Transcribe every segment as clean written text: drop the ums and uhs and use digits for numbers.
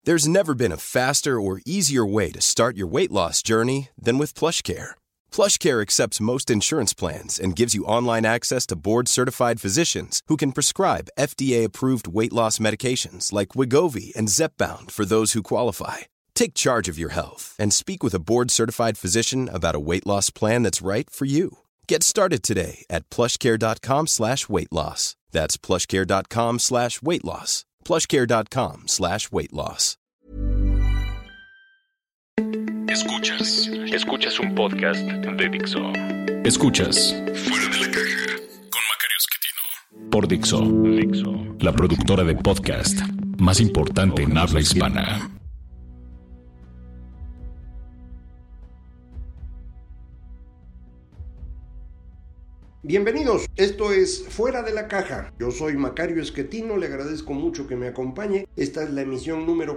There's never been a faster or easier way to start your weight loss journey than with PlushCare. PlushCare accepts most insurance plans and gives you online access to board-certified physicians who can prescribe FDA-approved weight loss medications like Wegovy and Zepbound for those who qualify. Take charge of your health and speak with a board-certified physician about a weight loss plan that's right for you. Get started today at plushcare.com/weight loss. That's plushcare.com/weight loss. plushcare.com/weight-loss. Escuchas un podcast de Dixo. Escuchas Fuera de la Caja con Macario Esquetino por Dixo, la productora de podcast más importante en habla hispana. Bienvenidos, esto es Fuera de la Caja. Yo soy Macario Esquetino, le agradezco mucho que me acompañe. Esta es la emisión número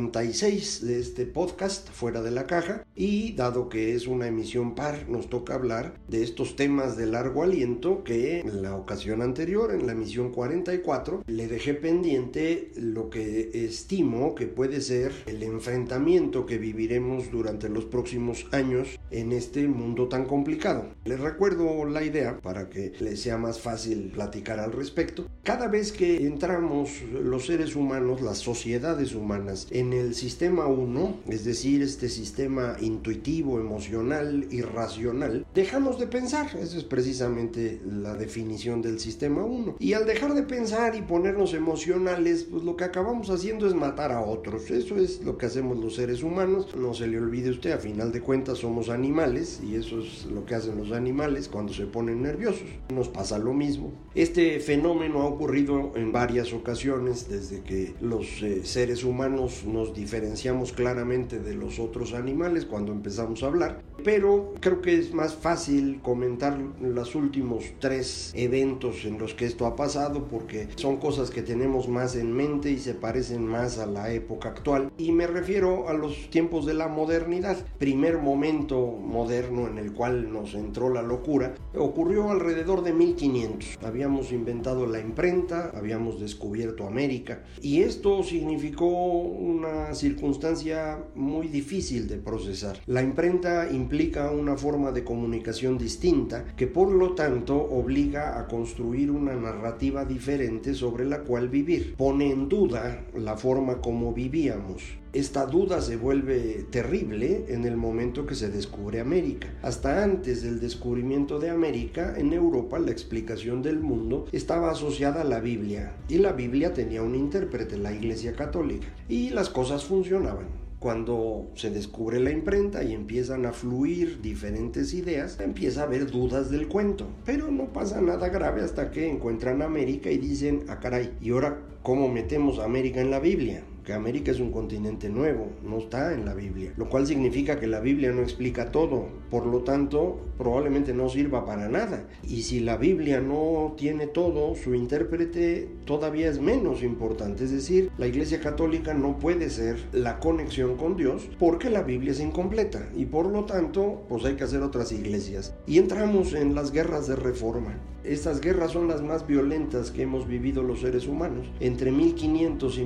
46 de este podcast, Fuera de la Caja. Y dado que es una emisión par, nos toca hablar de estos temas de largo aliento que en la ocasión anterior, en la emisión 44, le dejé pendiente lo que estimo que puede ser el enfrentamiento que viviremos durante los próximos años en este mundo tan complicado. Les recuerdo la idea para que les sea más fácil platicar al respecto. Cada vez que entramos los seres humanos, las sociedades humanas, en el sistema 1, es decir, este sistema intuitivo, emocional y racional, dejamos de pensar. Esa es precisamente la definición del sistema 1. Y al dejar de pensar y ponernos emocionales, pues lo que acabamos haciendo es matar a otros. Eso es lo que hacemos los seres humanos. No se le olvide usted, a final de cuentas somos animales, y eso es lo que hacen los animales cuando se ponen nerviosos. Nos pasa lo mismo. Este fenómeno ha ocurrido en varias ocasiones desde que los seres humanos nos diferenciamos claramente de los otros animales cuando empezamos a hablar, pero creo que es más fácil comentar los últimos 3 eventos en los que esto ha pasado, porque son cosas que tenemos más en mente y se parecen más a la época actual, y me refiero a los tiempos de la modernidad. Primer momento moderno en el cual nos entró la locura ocurrió alrededor de 1500. Habíamos inventado la imprenta, habíamos descubierto América, y esto significó una circunstancia muy difícil de procesar. La imprenta implica una forma de comunicación distinta que por lo tanto obliga a construir una narrativa diferente sobre la cual vivir. Pone en duda la forma como vivíamos. Esta duda se vuelve terrible en el momento que se descubre América. Hasta antes del descubrimiento de América, en Europa la explicación del mundo estaba asociada a la Biblia, y la Biblia tenía un intérprete, la Iglesia Católica, y las cosas funcionaban. Cuando se descubre la imprenta y empiezan a fluir diferentes ideas, empieza a haber dudas del cuento, pero no pasa nada grave hasta que encuentran América y dicen, ah caray, ¿y ahora cómo metemos a América en la Biblia? Que América es un continente nuevo, no está en la Biblia, lo cual significa que la Biblia no explica todo, por lo tanto probablemente no sirva para nada, y si la Biblia no tiene todo, su intérprete todavía es menos importante, es decir, la Iglesia Católica no puede ser la conexión con Dios porque la Biblia es incompleta, y por lo tanto pues hay que hacer otras iglesias, y entramos en las guerras de reforma. Estas guerras son las más violentas que hemos vivido los seres humanos. Entre 1500 y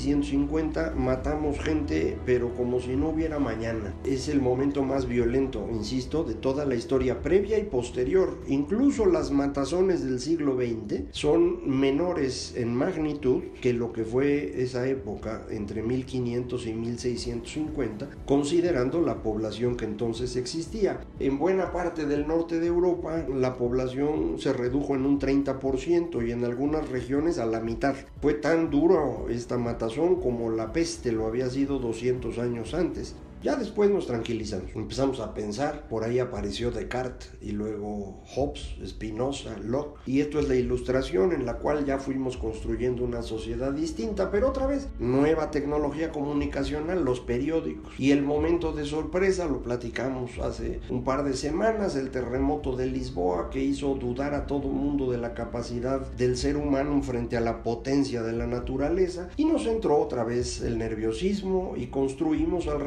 1650 matamos gente, pero como si no hubiera mañana. Es el momento más violento, insisto, de toda la historia previa y posterior. Incluso las matazones del siglo XX son menores en magnitud que lo que fue esa época entre 1500 y 1650, considerando la población que entonces existía. En buena parte del norte de Europa, la población se redujo en un 30% y en algunas regiones a la mitad. Fue tan duro esta matazón como la peste lo había sido 200 años antes. Ya después nos tranquilizamos, empezamos a pensar, por ahí apareció Descartes y luego Hobbes, Spinoza, Locke, y esto es la ilustración en la cual ya fuimos construyendo una sociedad distinta, pero otra vez, nueva tecnología comunicacional, los periódicos, y el momento de sorpresa lo platicamos hace un par de semanas, el terremoto de Lisboa que hizo dudar a todo mundo de la capacidad del ser humano frente a la potencia de la naturaleza, y nos entró otra vez el nerviosismo y construimos alrededor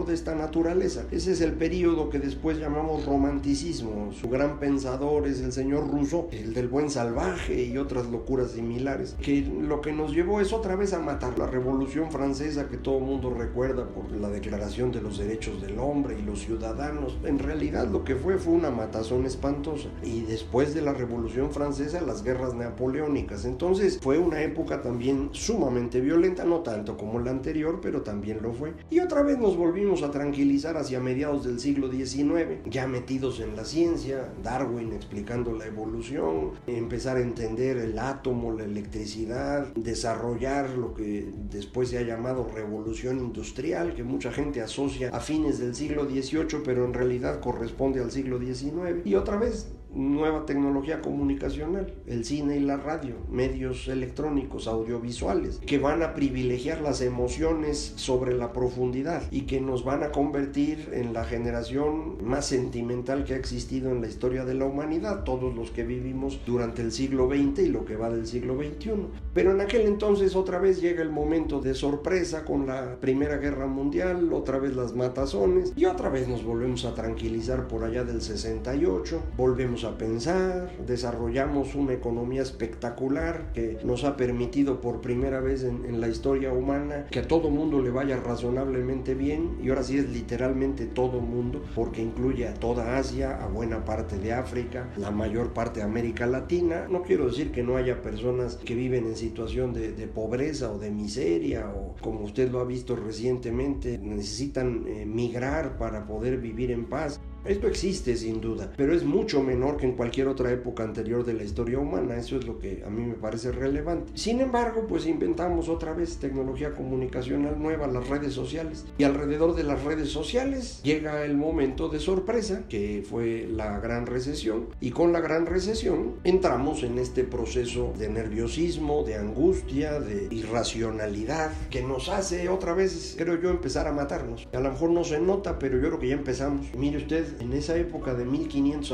de esta naturaleza. Ese es el periodo que después llamamos romanticismo. Su gran pensador es el señor Rousseau, el del buen salvaje y otras locuras similares, que lo que nos llevó es otra vez a matar. La Revolución Francesa, que todo el mundo recuerda por la Declaración de los Derechos del Hombre y los ciudadanos, en realidad lo que fue una matazón espantosa. Y después de la Revolución Francesa, las guerras napoleónicas. Entonces fue una época también sumamente violenta, no tanto como la anterior, pero también lo fue. Y otra vez nos volvimos a tranquilizar hacia mediados del siglo XIX, ya metidos en la ciencia, Darwin explicando la evolución, empezar a entender el átomo, la electricidad, desarrollar lo que después se ha llamado revolución industrial, que mucha gente asocia a fines del siglo XVIII, pero en realidad corresponde al siglo XIX. Y otra vez, nueva tecnología comunicacional, el cine y la radio, medios electrónicos, audiovisuales, que van a privilegiar las emociones sobre la profundidad y que nos van a convertir en la generación más sentimental que ha existido en la historia de la humanidad, todos los que vivimos durante el siglo XX y lo que va del siglo XXI. Pero en aquel entonces otra vez llega el momento de sorpresa con la Primera Guerra Mundial, otra vez las matazones y otra vez nos volvemos a tranquilizar por allá del 68, volvemos a pensar, desarrollamos una economía espectacular que nos ha permitido por primera vez en la historia humana que a todo mundo le vaya razonablemente bien, y ahora sí es literalmente todo mundo, porque incluye a toda Asia, a buena parte de África, la mayor parte de América Latina. No quiero decir que no haya personas que viven en situación de pobreza o de miseria, o como usted lo ha visto recientemente, necesitan migrar para poder vivir en paz. Esto existe sin duda, pero es mucho menor que en cualquier otra época anterior de la historia humana. Eso es lo que a mí me parece relevante. Sin embargo, pues inventamos otra vez tecnología comunicacional nueva, las redes sociales. Y alrededor de las redes sociales llega el momento de sorpresa, que fue la Gran Recesión. Y con la Gran Recesión entramos en este proceso de nerviosismo, de angustia, de irracionalidad, que nos hace otra vez, creo yo, empezar a matarnos. A lo mejor no se nota, pero yo creo que ya empezamos. Mire usted, en esa época de 1500 a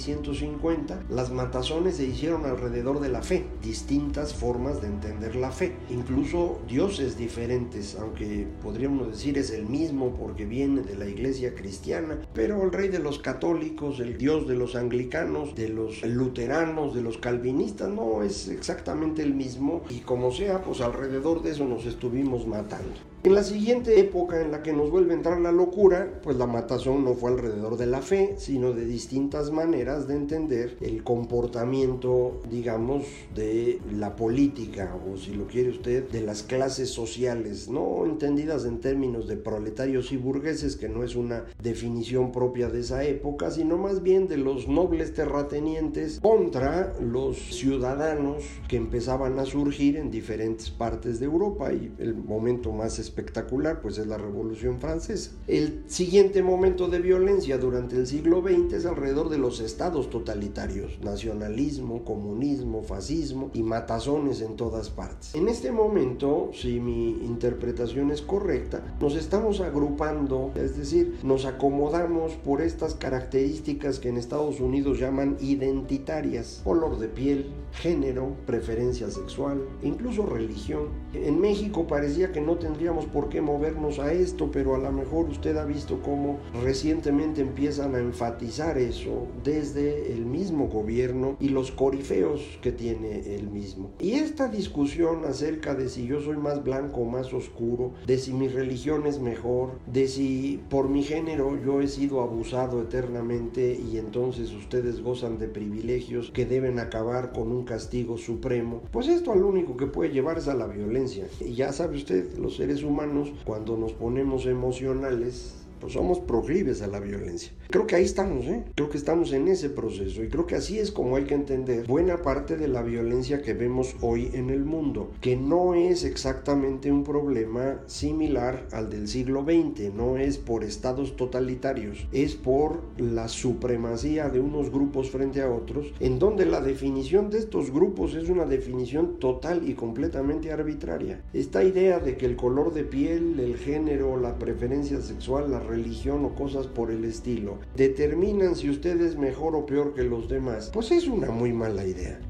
1650, las matazones se hicieron alrededor de la fe, distintas formas de entender la fe, incluso dioses diferentes, aunque podríamos decir es el mismo porque viene de la iglesia cristiana, pero el rey de los católicos, el dios de los anglicanos, de los luteranos, de los calvinistas, no es exactamente el mismo, y como sea, pues alrededor de eso nos estuvimos matando. En la siguiente época en la que nos vuelve a entrar la locura, pues la matazón no fue alrededor de la fe, sino de distintas maneras de entender el comportamiento, digamos, de la política, o si lo quiere usted, de las clases sociales, no entendidas en términos de proletarios y burgueses, que no es una definición propia de esa época, sino más bien de los nobles terratenientes contra los ciudadanos que empezaban a surgir en diferentes partes de Europa, y el momento más espectacular pues es la Revolución Francesa. El siguiente momento de violencia durante el siglo XX es alrededor de los estados totalitarios, nacionalismo, comunismo, fascismo y matazones en todas partes. En este momento, si mi interpretación es correcta, nos estamos agrupando, es decir, nos acomodamos por estas características que en Estados Unidos llaman identitarias: color de piel, género, preferencia sexual, incluso religión. En México parecía que no tendríamos por qué movernos a esto, pero a lo mejor usted ha visto cómo recientemente empiezan a enfatizar eso desde el mismo gobierno y los corifeos que tiene el mismo. Y esta discusión acerca de si yo soy más blanco o más oscuro, de si mi religión es mejor, de si por mi género yo he sido abusado eternamente y entonces ustedes gozan de privilegios que deben acabar con un castigo supremo, pues esto al único que puede llevar es a la violencia. Y ya sabe usted, los seres humanos, cuando nos ponemos emocionales, pues somos proclives a la violencia. Creo que ahí estamos, creo que estamos en ese proceso, y creo que así es como hay que entender buena parte de la violencia que vemos hoy en el mundo, que no es exactamente un problema similar al del siglo XX, no es por estados totalitarios, es por la supremacía de unos grupos frente a otros, en donde la definición de estos grupos es una definición total y completamente arbitraria. Esta idea de que el color de piel, el género, la preferencia sexual, la religión o cosas por el estilo determinan si usted es mejor o peor que los demás, pues es una muy mala idea.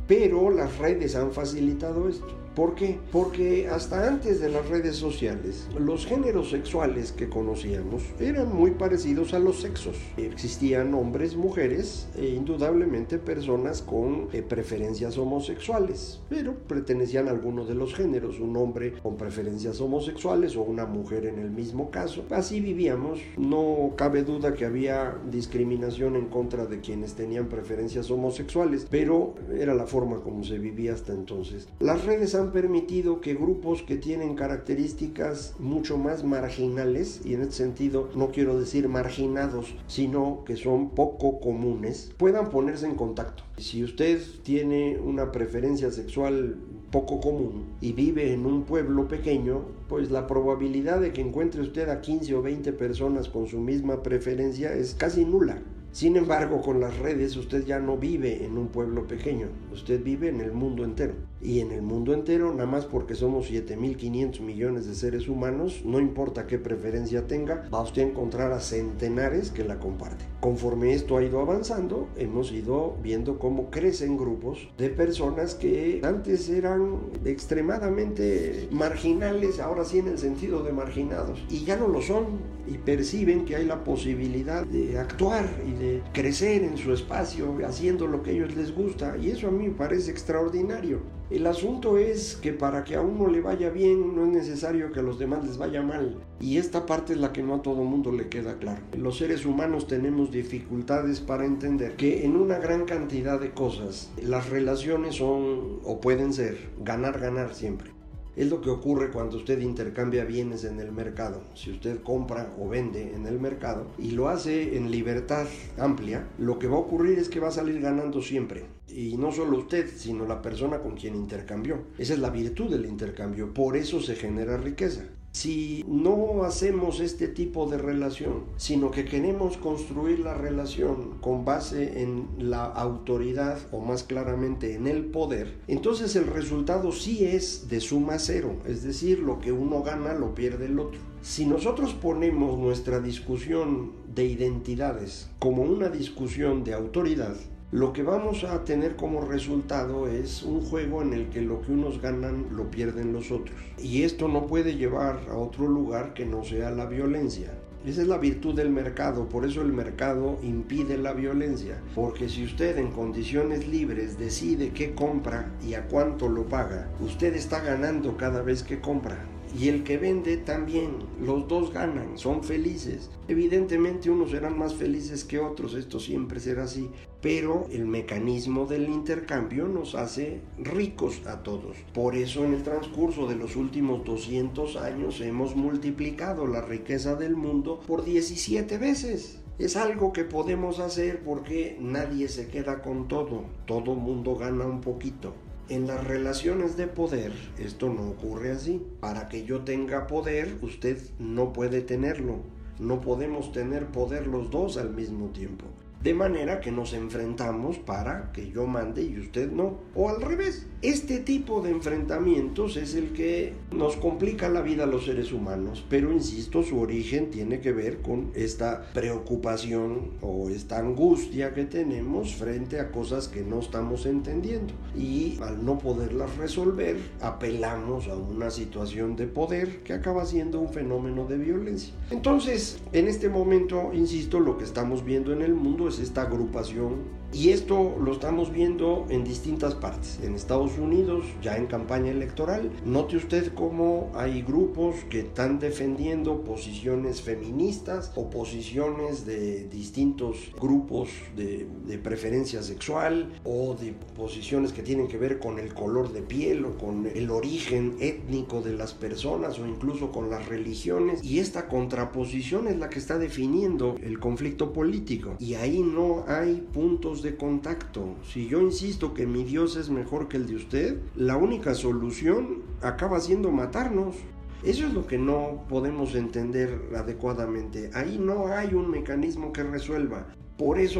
Pero las redes han facilitado esto. ¿Por qué? Porque hasta antes de las redes sociales, los géneros sexuales que conocíamos eran muy parecidos a los sexos. Existían hombres, mujeres e indudablemente personas con preferencias homosexuales, pero pertenecían a alguno de los géneros, un hombre con preferencias homosexuales o una mujer en el mismo caso. Así vivíamos, no cabe duda que había discriminación en contra de quienes tenían preferencias homosexuales, pero era la forma como se vivía hasta entonces. Las redes han permitido que grupos que tienen características mucho más marginales, y en este sentido no quiero decir marginados, sino que son poco comunes, puedan ponerse en contacto. Si usted tiene una preferencia sexual poco común y vive en un pueblo pequeño, pues la probabilidad de que encuentre usted a 15 o 20 personas con su misma preferencia es casi nula. Sin embargo, con las redes usted ya no vive en un pueblo pequeño, usted vive en el mundo entero. Y en el mundo entero, nada más porque somos 7.500 millones de seres humanos, no importa qué preferencia tenga, va usted a encontrar a centenares que la comparten. Conforme esto ha ido avanzando, hemos ido viendo cómo crecen grupos de personas que antes eran extremadamente marginales, ahora sí en el sentido de marginados, y ya no lo son, y perciben que hay la posibilidad de actuar y de crecer en su espacio haciendo lo que a ellos les gusta, y eso a mí me parece extraordinario. El asunto es que para que a uno le vaya bien no es necesario que a los demás les vaya mal, y esta parte es la que no a todo mundo le queda claro. Los seres humanos tenemos dificultades para entender que en una gran cantidad de cosas las relaciones son o pueden ser ganar siempre. Es lo que ocurre cuando usted intercambia bienes en el mercado. Si usted compra o vende en el mercado y lo hace en libertad amplia, lo que va a ocurrir es que va a salir ganando siempre. Y no solo usted, sino la persona con quien intercambió. Esa es la virtud del intercambio, por eso se genera riqueza. Si no hacemos este tipo de relación, sino que queremos construir la relación con base en la autoridad o más claramente en el poder, entonces el resultado sí es de suma cero, es decir, lo que uno gana lo pierde el otro. Si nosotros ponemos nuestra discusión de identidades como una discusión de autoridad, lo que vamos a tener como resultado es un juego en el que lo que unos ganan lo pierden los otros. Y esto no puede llevar a otro lugar que no sea la violencia. Esa es la virtud del mercado, por eso el mercado impide la violencia. Porque si usted en condiciones libres decide qué compra y a cuánto lo paga, usted está ganando cada vez que compra. Y el que vende también, los dos ganan, son felices. Evidentemente unos serán más felices que otros, esto siempre será así, pero el mecanismo del intercambio nos hace ricos a todos. Por eso en el transcurso de los últimos 200 años hemos multiplicado la riqueza del mundo por 17 veces. Es algo que podemos hacer porque nadie se queda con todo mundo gana un poquito. En las relaciones de poder esto no ocurre así. Para que yo tenga poder, usted no puede tenerlo. No podemos tener poder los dos al mismo tiempo. De manera que nos enfrentamos para que yo mande y usted no. O al revés. Este tipo de enfrentamientos es el que nos complica la vida a los seres humanos. Pero insisto, su origen tiene que ver con esta preocupación o esta angustia que tenemos frente a cosas que no estamos entendiendo. Y al no poderlas resolver, apelamos a una situación de poder que acaba siendo un fenómeno de violencia. Entonces, en este momento, insisto, lo que estamos viendo en el mundo es esta agrupación, y esto lo estamos viendo en distintas partes. En Estados Unidos, ya en campaña electoral, note usted cómo hay grupos que están defendiendo posiciones feministas o posiciones de distintos grupos de preferencia sexual, o de posiciones que tienen que ver con el color de piel o con el origen étnico de las personas o incluso con las religiones, y esta contraposición es la que está definiendo el conflicto político, y ahí no hay puntos de contacto. Si yo insisto que mi Dios es mejor que el de usted, la única solución acaba siendo matarnos. Eso es lo que no podemos entender adecuadamente. Ahí no hay un mecanismo que resuelva. Por eso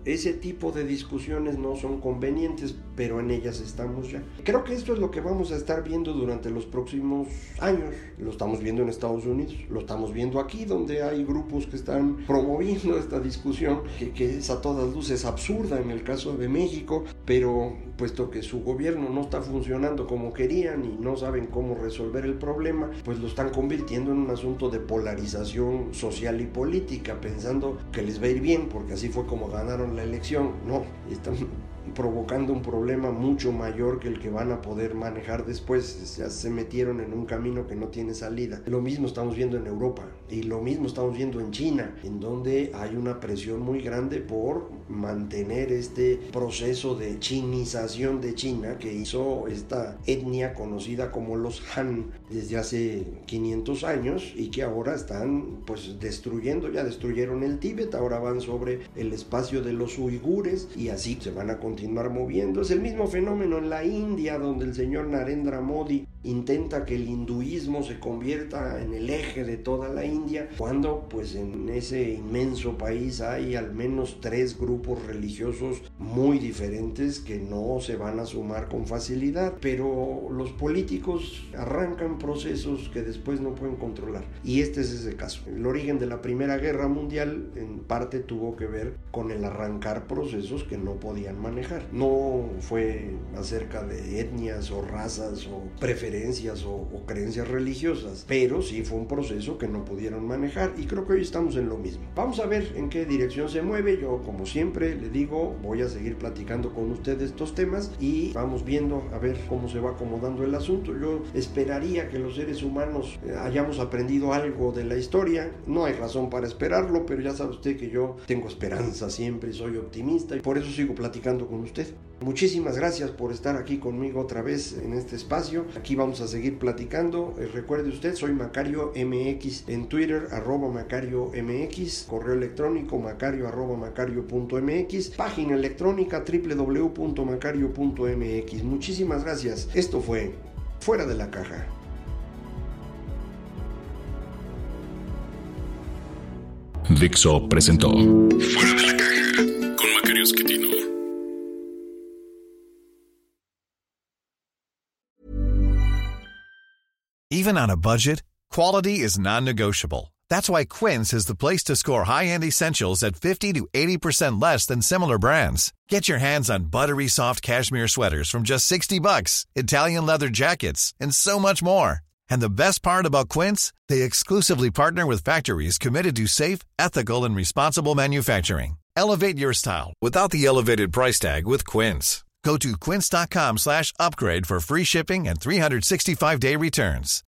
ese tipo de discusiones no son convenientes, pero en ellas estamos ya. Creo que esto es lo que vamos a estar viendo durante los próximos años. Lo estamos viendo en Estados Unidos, lo estamos viendo aquí, donde hay grupos que están promoviendo esta discusión, que es a todas luces absurda en el caso de México, pero puesto que su gobierno no está funcionando como querían y no saben cómo resolver el problema, pues lo están convirtiendo en un asunto de polarización social y política, pensando que les va a ir bien, porque así fue como ganaron la elección. No, están provocando un problema mucho mayor que el que van a poder manejar después. Ya se metieron en un camino que no tiene salida. Lo mismo estamos viendo en Europa y lo mismo estamos viendo en China, en donde hay una presión muy grande por mantener este proceso de chinización de China que hizo esta etnia conocida como los Han desde hace 500 años y que ahora están pues destruyendo, ya destruyeron el Tíbet, ahora van sobre el espacio de los uigures y así se van a continuar moviendo. Es el mismo fenómeno en la India, donde el señor Narendra Modi intenta que el hinduismo se convierta en el eje de toda la India, cuando pues en ese inmenso país hay al menos 3 grupos religiosos muy diferentes que no se van a sumar con facilidad, pero los políticos arrancan procesos que después no pueden controlar, y este es ese caso. El origen de la Primera Guerra Mundial en parte tuvo que ver con el arrancar procesos que no podían manejar. No fue acerca de etnias o razas o preferencias o creencias religiosas, pero sí fue un proceso que no pudieron manejar, y creo que hoy estamos en lo mismo. Vamos a ver en qué dirección se mueve. Yo, como siempre le digo, voy a seguir platicando con ustedes estos temas y vamos viendo a ver cómo se va acomodando el asunto. Yo esperaría que los seres humanos hayamos aprendido algo de la historia. No hay razón para esperarlo, pero ya sabe usted que yo tengo esperanza siempre, soy optimista y por eso sigo platicando con usted. Muchísimas gracias por estar aquí conmigo otra vez en este espacio. Aquí vamos a seguir platicando. Recuerde usted, soy Macario MX en Twitter, @Macario MX, correo electrónico macario@macario.mx, página electrónica www.macario.mx. Muchísimas gracias. Esto fue Fuera de la Caja. Dixo presentó Fuera de la Caja con Macario Esquetino. Even on a budget, quality is non-negotiable. That's why Quince is the place to score high-end essentials at 50 to 80% less than similar brands. Get your hands on buttery soft cashmere sweaters from just $60, Italian leather jackets, and so much more. And the best part about Quince, they exclusively partner with factories committed to safe, ethical, and responsible manufacturing. Elevate your style without the elevated price tag with Quince. Go to quince.com/upgrade for free shipping and 365-day returns.